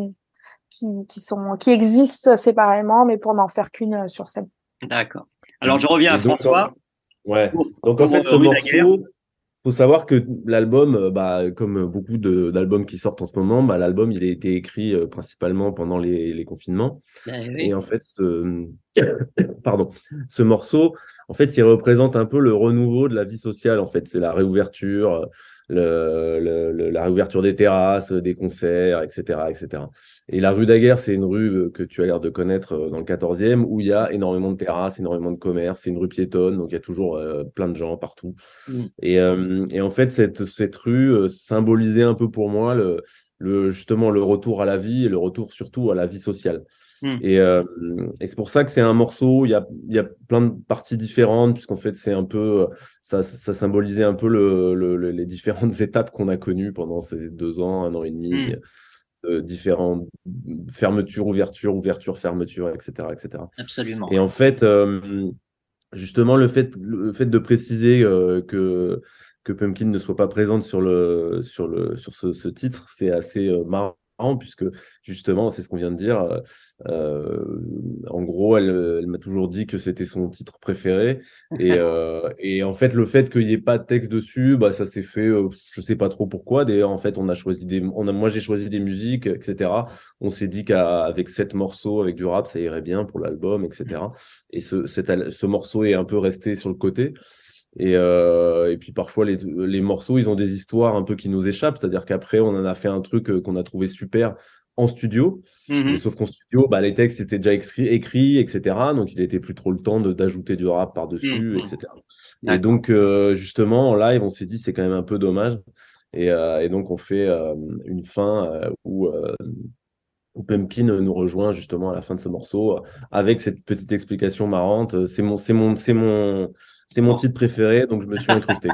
qui qui sont qui existent séparément, mais pour n'en faire qu'une sur scène. D'accord. Alors je reviens à donc, François. En... Ouais. Pour, donc pour en fait, ce morceau. Il faut savoir que l'album, bah, comme beaucoup de, d'albums qui sortent en ce moment, bah, l'album il a été écrit euh, principalement pendant les, les confinements. Ah, oui. Et en fait, ce... Pardon. ce morceau, en fait, il représente un peu le renouveau de la vie sociale. En fait, c'est la réouverture, le, le, le, la réouverture des terrasses, des concerts, et cetera, et cetera. Et la rue Daguerre, c'est une rue que tu as l'air de connaître dans le quatorzième, où il y a énormément de terrasses, énormément de commerces. C'est une rue piétonne, donc il y a toujours euh, plein de gens partout. Mmh. Et, euh, et en fait, cette, cette rue euh, symbolisait un peu pour moi le, le, justement le retour à la vie et le retour surtout à la vie sociale. Mmh. Et, euh, et c'est pour ça que c'est un morceau, il y a, il y a plein de parties différentes, puisqu'en fait, c'est un peu, ça, ça symbolisait un peu le, le, le, les différentes étapes qu'on a connues pendant ces deux ans, un an et demi, mmh. euh, différentes fermetures, ouvertures, ouvertures, fermetures, et cetera, et cetera. Absolument. Et en fait, euh, justement, le fait, le fait de préciser euh, que, que Pumpkin ne soit pas présente sur, le, sur, le, sur ce, ce titre, c'est assez euh, marrant, puisque justement, c'est ce qu'on vient de dire. Euh, en gros, elle, elle m'a toujours dit que c'était son titre préféré. Et, euh, et en fait, le fait qu'il n'y ait pas de texte dessus, bah, ça s'est fait, euh, je ne sais pas trop pourquoi. D'ailleurs, en fait, on a choisi des, on a, moi, j'ai choisi des musiques, et cetera. On s'est dit qu'avec sept morceaux, avec du rap, ça irait bien pour l'album, et cetera. Et ce, cet, ce morceau est un peu resté sur le côté. Et, euh, et puis parfois les, les morceaux ils ont des histoires un peu qui nous échappent, c'est-à-dire qu'après on en a fait un truc qu'on a trouvé super en studio, mmh. et sauf qu'en studio bah, les textes étaient déjà écrits, écrits etc, donc il n'était plus trop le temps de, d'ajouter du rap par-dessus, mmh. etc. Et donc euh, justement en live on s'est dit c'est quand même un peu dommage, et, euh, et donc on fait euh, une fin euh, où euh, Pumpkin nous rejoint justement à la fin de ce morceau avec cette petite explication marrante. C'est mon, c'est mon, c'est mon, c'est mon titre préféré, donc je me suis incrusté.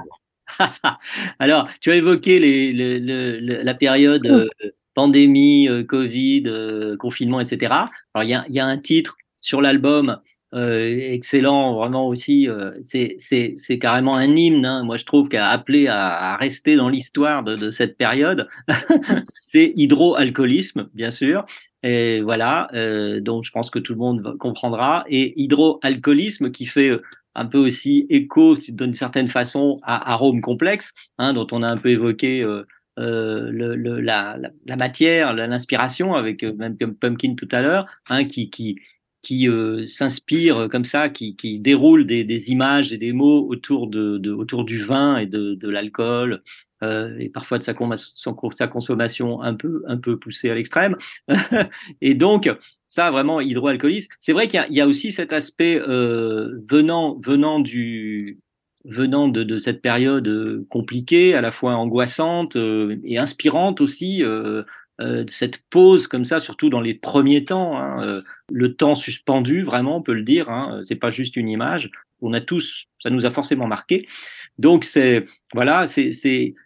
Alors, tu as évoqué les, les, les, la période euh, pandémie, euh, Covid, euh, confinement, et cetera. Alors, il y a, y a un titre sur l'album euh, excellent, vraiment aussi. Euh, c'est, c'est, c'est carrément un hymne, hein, moi je trouve, qui a appelé à, à rester dans l'histoire de, de cette période. C'est Hydroalcoolisme, bien sûr. Et voilà, euh, donc je pense que tout le monde comprendra. Et Hydroalcoolisme qui fait un peu aussi écho, d'une certaine façon, à Arôme Complexe, hein, dont on a un peu évoqué euh, euh, le, le, la, la, la matière, l'inspiration, avec euh, même Pumpkin tout à l'heure, hein, qui, qui, qui euh, s'inspire comme ça, qui, qui déroule des, des images et des mots autour, de, de, autour du vin et de, de l'alcool, euh, et parfois de sa, sa consommation un peu, un peu poussée à l'extrême. Et donc, ça, vraiment, hydroalcoolisme. C'est vrai qu'il y a, il y a aussi cet aspect euh, venant, venant, du, venant de, de cette période euh, compliquée, à la fois angoissante euh, et inspirante aussi, euh, euh, cette pause comme ça, surtout dans les premiers temps, hein, euh, le temps suspendu, vraiment, on peut le dire, hein, c'est pas juste une image. On a tous, ça nous a forcément marqué. Donc, c'est, voilà, c'est, c'est,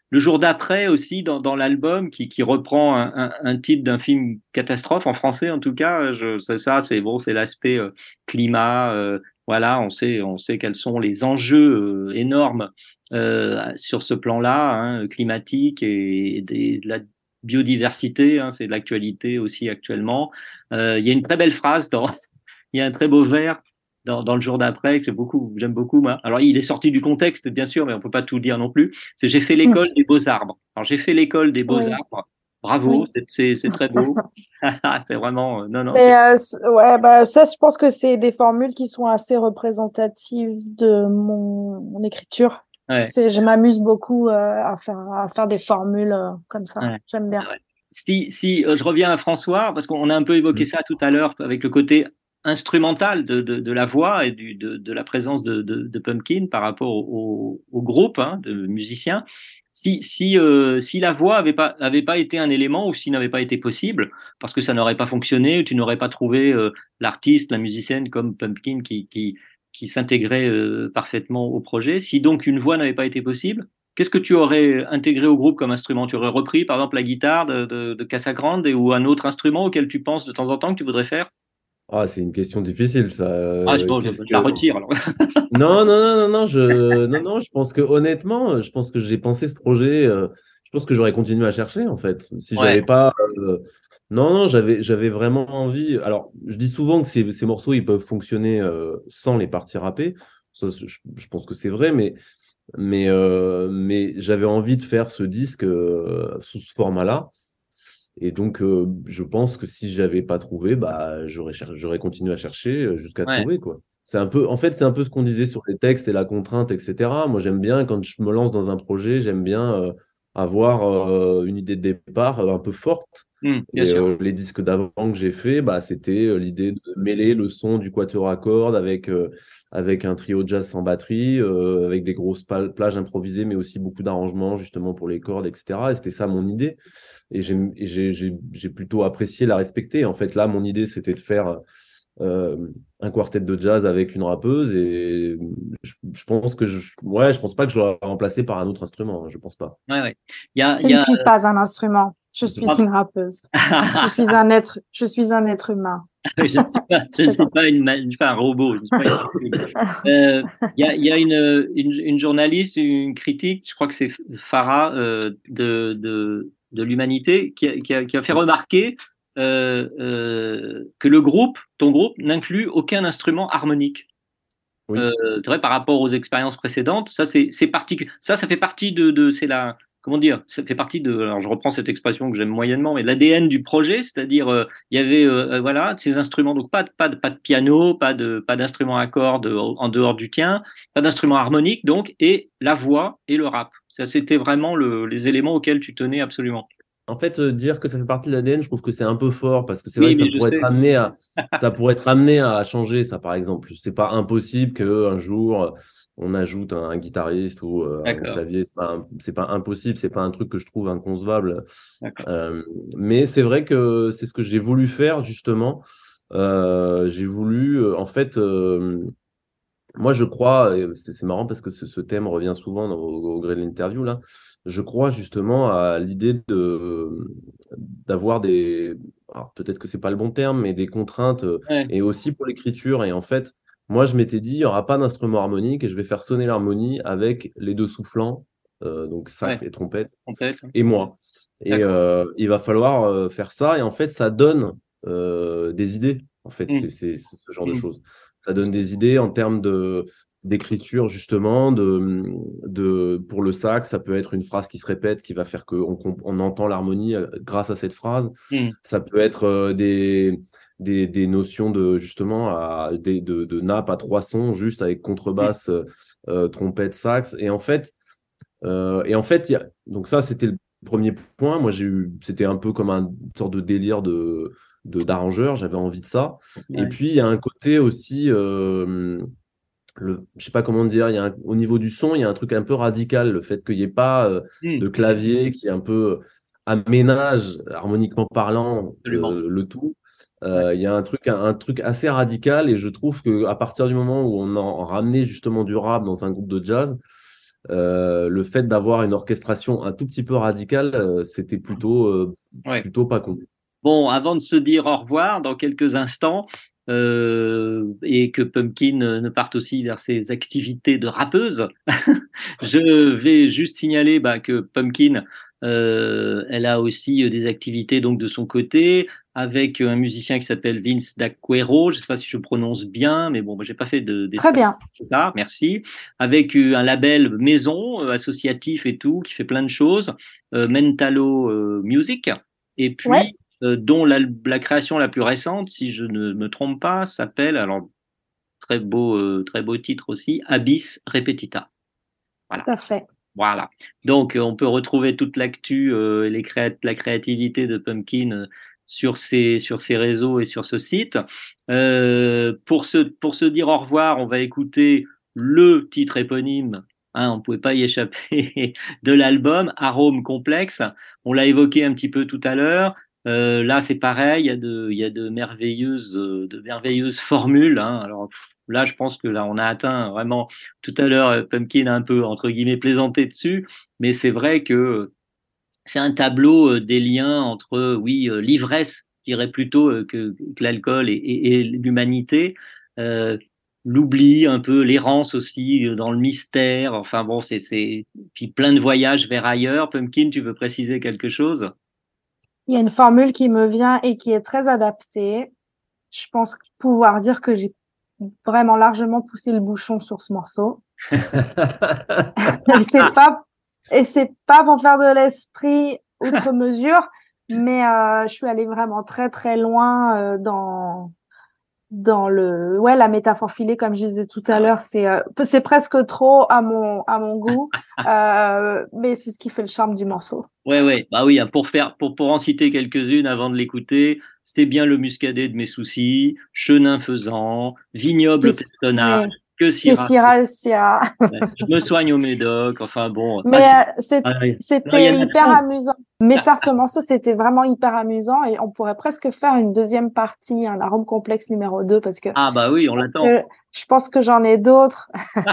le jour d'après aussi dans, dans l'album qui, qui reprend un, un, un titre d'un film catastrophe en français en tout cas. Je, ça, ça c'est bon, c'est l'aspect euh, climat. Euh, voilà, on sait, on sait quels sont les enjeux euh, énormes euh, sur ce plan-là, hein, climatique et, et des, de la biodiversité. Hein, c'est de l'actualité aussi actuellement. Euh, il y a une très belle phrase dans, il y a un très beau vers. Dans, dans le jour d'après, que c'est beaucoup, j'aime beaucoup, moi. Alors, il est sorti du contexte, bien sûr, mais on peut pas tout dire non plus. C'est j'ai fait l'école des beaux-arbres. Alors, j'ai fait l'école des beaux-arbres. Oui. Bravo, oui. c'est, c'est très beau. C'est vraiment, non, non. Mais euh, ouais, bah, ça, je pense que c'est des formules qui sont assez représentatives de mon, mon écriture. Ouais. C'est, je m'amuse beaucoup euh, à faire, à faire des formules euh, comme ça. Ouais. J'aime bien. Ouais. Si, si euh, je reviens à François, parce qu'on a un peu évoqué mmh. ça tout à l'heure avec le côté instrumentale de, de, de la voix et du, de, de la présence de, de, de Pumpkin par rapport au, au groupe hein, de musiciens. Si, si, euh, si la voix avait pas, avait pas été un élément ou s'il n'avait pas été possible, parce que ça n'aurait pas fonctionné, ou tu n'aurais pas trouvé euh, l'artiste, la musicienne comme Pumpkin qui, qui, qui s'intégrait euh, parfaitement au projet, si donc une voix n'avait pas été possible, qu'est-ce que tu aurais intégré au groupe comme instrument? Tu aurais repris par exemple la guitare de, de, de Casagrande et, ou un autre instrument auquel tu penses de temps en temps que tu voudrais faire? Ah, c'est une question difficile, ça. Ah, je pense que je la retire, alors. Non, non, non, non, non, je, non, non, je pense que honnêtement, je pense que j'ai pensé ce projet, euh, je pense que j'aurais continué à chercher, en fait. Si ouais. j'avais pas. Euh, non, non, j'avais, j'avais vraiment envie. Alors, je dis souvent que ces, ces morceaux, ils peuvent fonctionner euh, sans les parties rappées. Ça, je, je pense que c'est vrai, mais, mais, euh, mais j'avais envie de faire ce disque euh, sous ce format-là. Et donc, euh, je pense que si je n'avais pas trouvé, bah, j'aurais, cher- j'aurais continué à chercher jusqu'à ouais. trouver, quoi. C'est un peu, en fait, c'est un peu ce qu'on disait sur les textes et la contrainte, et cetera. Moi, j'aime bien, quand je me lance dans un projet, j'aime bien euh, avoir euh, une idée de départ euh, un peu forte. Mmh, bien et sûr. Euh, les disques d'avant que j'ai fait, bah, c'était euh, l'idée de mêler le son du quatuor à cordes avec, euh, avec un trio jazz sans batterie, euh, avec des grosses pal- plages improvisées, mais aussi beaucoup d'arrangements justement pour les cordes, et cetera. Et c'était ça mon idée. Et j'ai, j'ai, j'ai, j'ai plutôt apprécié la respecter. En fait, là, mon idée, c'était de faire euh, un quartet de jazz avec une rappeuse. Et je, je pense que je, ouais, je pense pas que je l'aurais remplacé par un autre instrument. Je pense pas. Ouais, ouais. Il y a, je il y a... ne suis pas un instrument. Je suis une rappeuse. je suis un être. Je suis un être humain. je ne suis pas, je ne suis pas, une, je suis pas un robot. Il euh, y a, y a une, une, une journaliste, une critique, je crois que c'est Farah euh, de, de, de l'Humanité, qui a, qui, a, qui a fait remarquer euh, euh, que le groupe, ton groupe, n'inclut aucun instrument harmonique. Oui. Euh, c'est vrai, par rapport aux expériences précédentes, ça, c'est, c'est particulier. Ça, ça fait partie de, de c'est la. Comment dire, ça fait partie de, alors je reprends cette expression que j'aime moyennement, mais l'A D N du projet, c'est-à-dire il euh, y avait euh, voilà ces instruments, donc pas de, pas de, pas de piano, pas de pas d'instrument à cordes en dehors du tien, pas d'instrument harmonique donc, et la voix et le rap. Ça c'était vraiment le, les éléments auxquels tu tenais absolument. En fait, euh, dire que ça fait partie de l'A D N, je trouve que c'est un peu fort parce que c'est oui, vrai que ça pourrait, être amené à, ça pourrait être amené à changer, ça par exemple. C'est pas impossible qu'un jour on ajoute un, un guitariste ou euh, un clavier. C'est pas, c'est pas impossible, c'est pas un truc que je trouve inconcevable. Euh, mais c'est vrai que c'est ce que j'ai voulu faire justement. Euh, j'ai voulu, euh, en fait. Euh, Moi, je crois, et c'est, c'est marrant parce que ce, ce thème revient souvent dans, au, au gré de l'interview, là. Je crois justement à l'idée de, d'avoir des. Alors, peut-être que c'est pas le bon terme, mais des contraintes, ouais. Et aussi pour l'écriture. Et en fait, moi, je m'étais dit, il n'y aura pas d'instrument harmonique et je vais faire sonner l'harmonie avec les deux soufflants, euh, donc sax ouais. et trompette, trompette, et moi. Et euh, il va falloir euh, faire ça. Et en fait, ça donne euh, des idées. En fait, mmh. c'est, c'est, c'est ce genre mmh. de choses. Ça donne des idées en termes de, d'écriture, justement. De, de, pour le sax, ça peut être une phrase qui se répète, qui va faire qu'on on entend l'harmonie grâce à cette phrase. Mmh. Ça peut être euh, des, des, des notions de, justement, à, des, de, de nappes à trois sons, juste avec contrebasse, mmh. euh, trompette, sax. Et en fait, euh, et en fait y a, donc ça, c'était le premier point. Moi, j'ai eu, c'était un peu comme un une sorte de délire de... De, d'arrangeur, j'avais envie de ça. Ouais. Et puis, il y a un côté aussi, euh, le, je sais pas comment dire, il y a un, au niveau du son, il y a un truc un peu radical, le fait qu'il n'y ait pas euh, mmh. de clavier qui un peu aménage, harmoniquement parlant, euh, le tout. Euh, ouais. Il y a un truc, un, un truc assez radical et je trouve qu'à partir du moment où on a ramené justement du rap dans un groupe de jazz, euh, le fait d'avoir une orchestration un tout petit peu radicale, euh, c'était plutôt, euh, Ouais. plutôt pas con. Bon, avant de se dire au revoir dans quelques instants, euh, et que Pumpkin euh, ne parte aussi vers ses activités de rappeuse, je vais juste signaler bah, que Pumpkin, euh, elle a aussi euh, des activités donc de son côté avec un musicien qui s'appelle Vince D'Acquero. Je ne sais pas si je prononce bien, mais bon, moi, j'ai pas fait de. Très bien. Ah, merci. Avec euh, un label maison euh, associatif et tout qui fait plein de choses, euh, Mentalo euh, Music, et puis Ouais. euh, dont la, la création la plus récente, si je ne me trompe pas, s'appelle alors très beau euh, très beau titre aussi, Abyss Repetita. Voilà. Tout à fait. Voilà. Donc, euh, on peut retrouver toute l'actu, euh, les créa- la créativité de Pumpkin euh, sur ces, sur ces réseaux et sur ce site. Euh, pour, se, pour se dire au revoir, on va écouter le titre éponyme, hein, on ne pouvait pas y échapper, de l'album, Arôme Complexe. On l'a évoqué un petit peu tout à l'heure. Euh, là, c'est pareil, il y a de, il y a de merveilleuses, euh, de merveilleuses formules. Hein. Alors pff, là, je pense que là, on a atteint vraiment. Tout à l'heure, euh, Pumpkin a un peu entre guillemets plaisanté dessus, mais c'est vrai que c'est un tableau euh, des liens entre, euh, oui, euh, l'ivresse, je dirais plutôt euh, que, que l'alcool et, et, et l'humanité, euh, l'oubli un peu, l'errance aussi euh, dans le mystère. Enfin bon, c'est, c'est puis plein de voyages vers ailleurs. Pumpkin, tu veux préciser quelque chose? Il y a une formule qui me vient et qui est très adaptée. Je pense pouvoir dire que j'ai vraiment largement poussé le bouchon sur ce morceau. et c'est pas et c'est pas pour faire de l'esprit outre mesure, mais euh, je suis allée vraiment très très loin euh, dans dans le ouais la métaphore filée, comme je disais tout à l'heure. C'est euh, c'est presque trop à mon à mon goût, euh, mais c'est ce qui fait le charme du morceau. Ouais, ouais, bah oui, pour faire, pour, pour en citer quelques-unes avant de l'écouter, c'est bien le muscadet de mes soucis, chenin faisant, vignoble Qui- personnage, ouais. que Syrah, Syrah, Syrah. ouais, je me soigne au Médoc, enfin bon. Mais ah, euh, c'est- ah, oui. Non, il y c'était en a hyper trop. amusant. Mais faire ce morceau, c'était vraiment hyper amusant et on pourrait presque faire une deuxième partie, un arôme complexe numéro deux, parce que Ah bah oui, je on pense l'attend. que, je pense que j'en ai d'autres.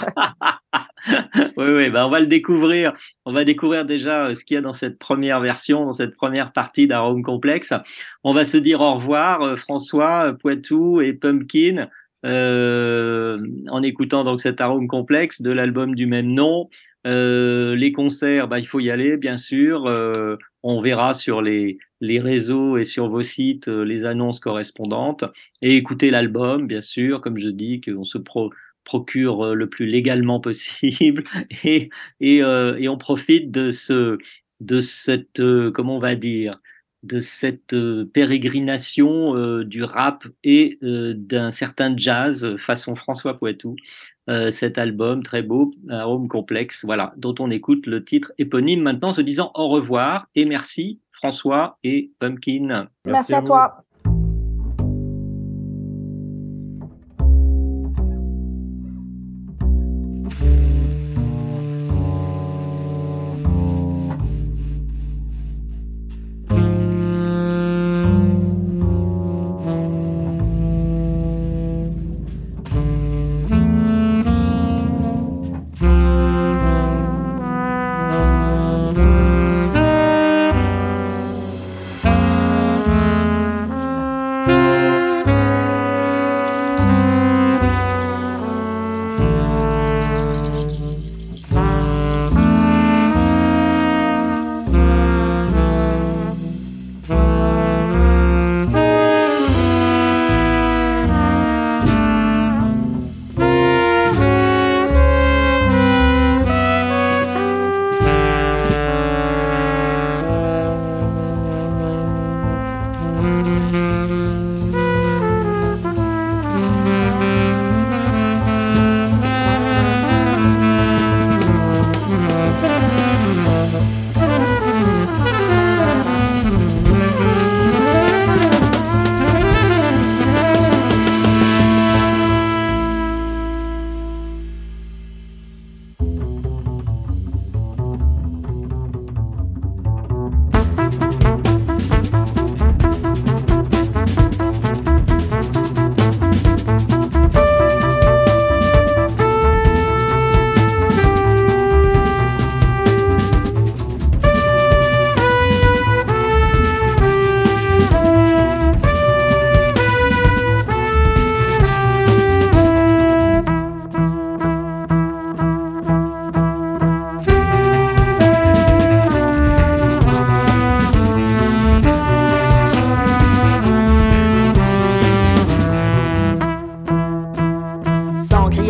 Oui, oui, bah on va le découvrir. On va découvrir déjà euh, ce qu'il y a dans cette première version, dans cette première partie d'Arôme Complexe. On va se dire au revoir, euh, François, euh, Poitou et Pumpkin, euh, en écoutant donc cet Arôme Complexe de l'album du même nom. Euh, les concerts, bah, il faut y aller, bien sûr. Euh, on verra sur les, les réseaux et sur vos sites euh, les annonces correspondantes. Et écouter l'album, bien sûr, comme je dis, qu'on se pro procure le plus légalement possible et, et, euh, et on profite de, ce, de cette, euh, comment on va dire, de cette euh, pérégrination euh, du rap et euh, d'un certain jazz façon François Poitou. Euh, cet album très beau, Arôme Complexe, voilà, dont on écoute le titre éponyme maintenant, se disant au revoir et merci François et Pumpkin. Merci, merci à, à toi.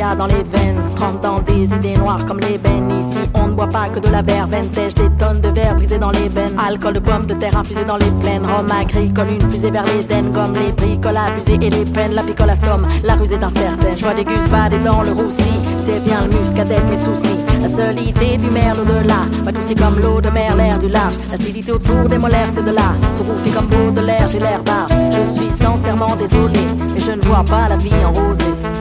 a dans les veines, trempe dans des idées noires comme l'ébène. Ici on ne boit pas que de la verveine, tèche des tonnes de verre brisés dans les bennes. Alcool de pommes de terre infusé dans les plaines, rhum agricole, une fusée vers l'Éden. Comme les bricoles abusées et les peines, la picole assomme, la ruse est incertaine. Joie des gus badés dans le roussi, c'est bien le muscadet mes soucis. La seule idée du merle au-delà, m'adoucit comme l'eau de mer, l'air du large. L'acidité autour des molaires c'est de là, sous comme Baudelaire, j'ai l'air barge. Je suis sincèrement désolé, mais je ne vois pas la vie en rosée.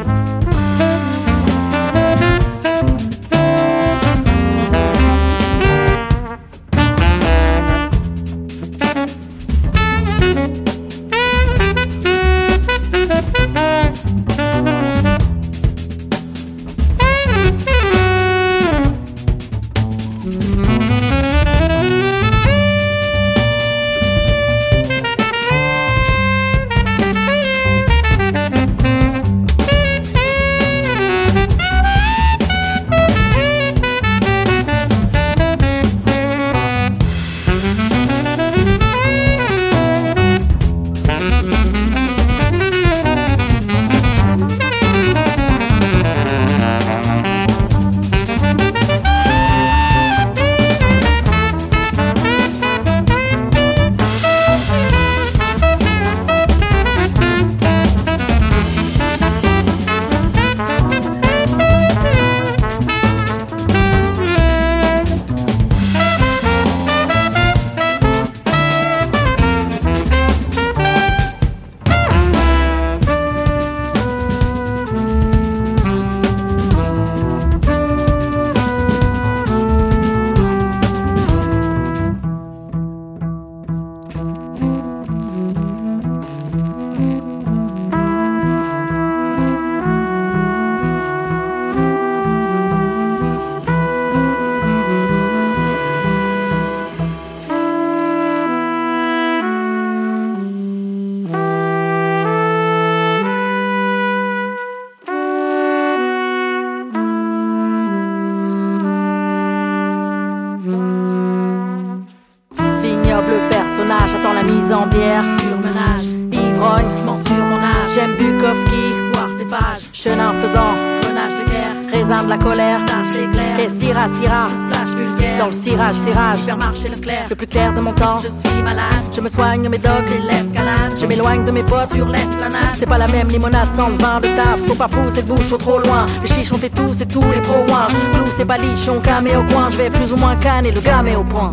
J'attends la mise en bière, surmenage, ivrogne, m'en sur mon âge. J'aime Bukowski, voir tes pages, chenin faisant, menage de guerre, raisin de la colère, tâche d'éclair, qu'est syrah, syrah, flash vulgaire, dans le cirage, cirage, supermarché Leclerc, le plus clair de mon temps, je suis malade, je me soigne mes docs, les lèvres galades, je m'éloigne de mes potes, sur l'esplanade, c'est pas la même limonade sans le vin de table, faut pas pousser le bouchon trop loin, les chichons fait tout, c'est tous les pro ouin, clous c'est balichon, camé au coin, je vais plus ou moins canner le gamet au point.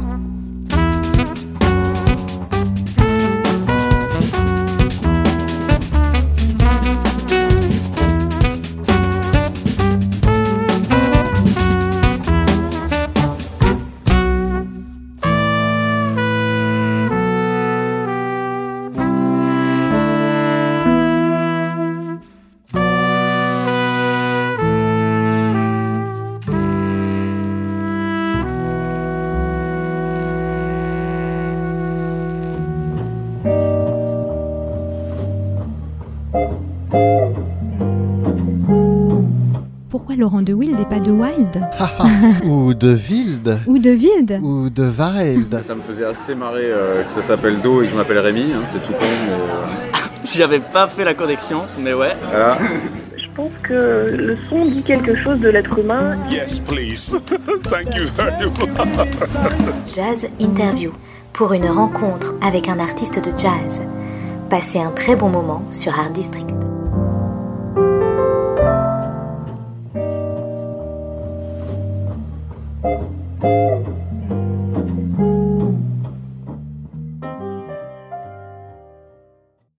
Pourquoi Laurent de Wild et pas de Wild? Ou de Wild. Ou de Wild. Ou de Wild. Ça me faisait assez marrer euh, que ça s'appelle Do et que je m'appelle Rémi, hein, c'est tout con. Mais, euh... J'avais pas fait la connexion, mais ouais. Voilà. Je pense que le son dit quelque chose de l'être humain. Yes, please. Thank you very much. Jazz Interview, pour une rencontre avec un artiste de jazz. Passez un très bon moment sur Art District. Thank you.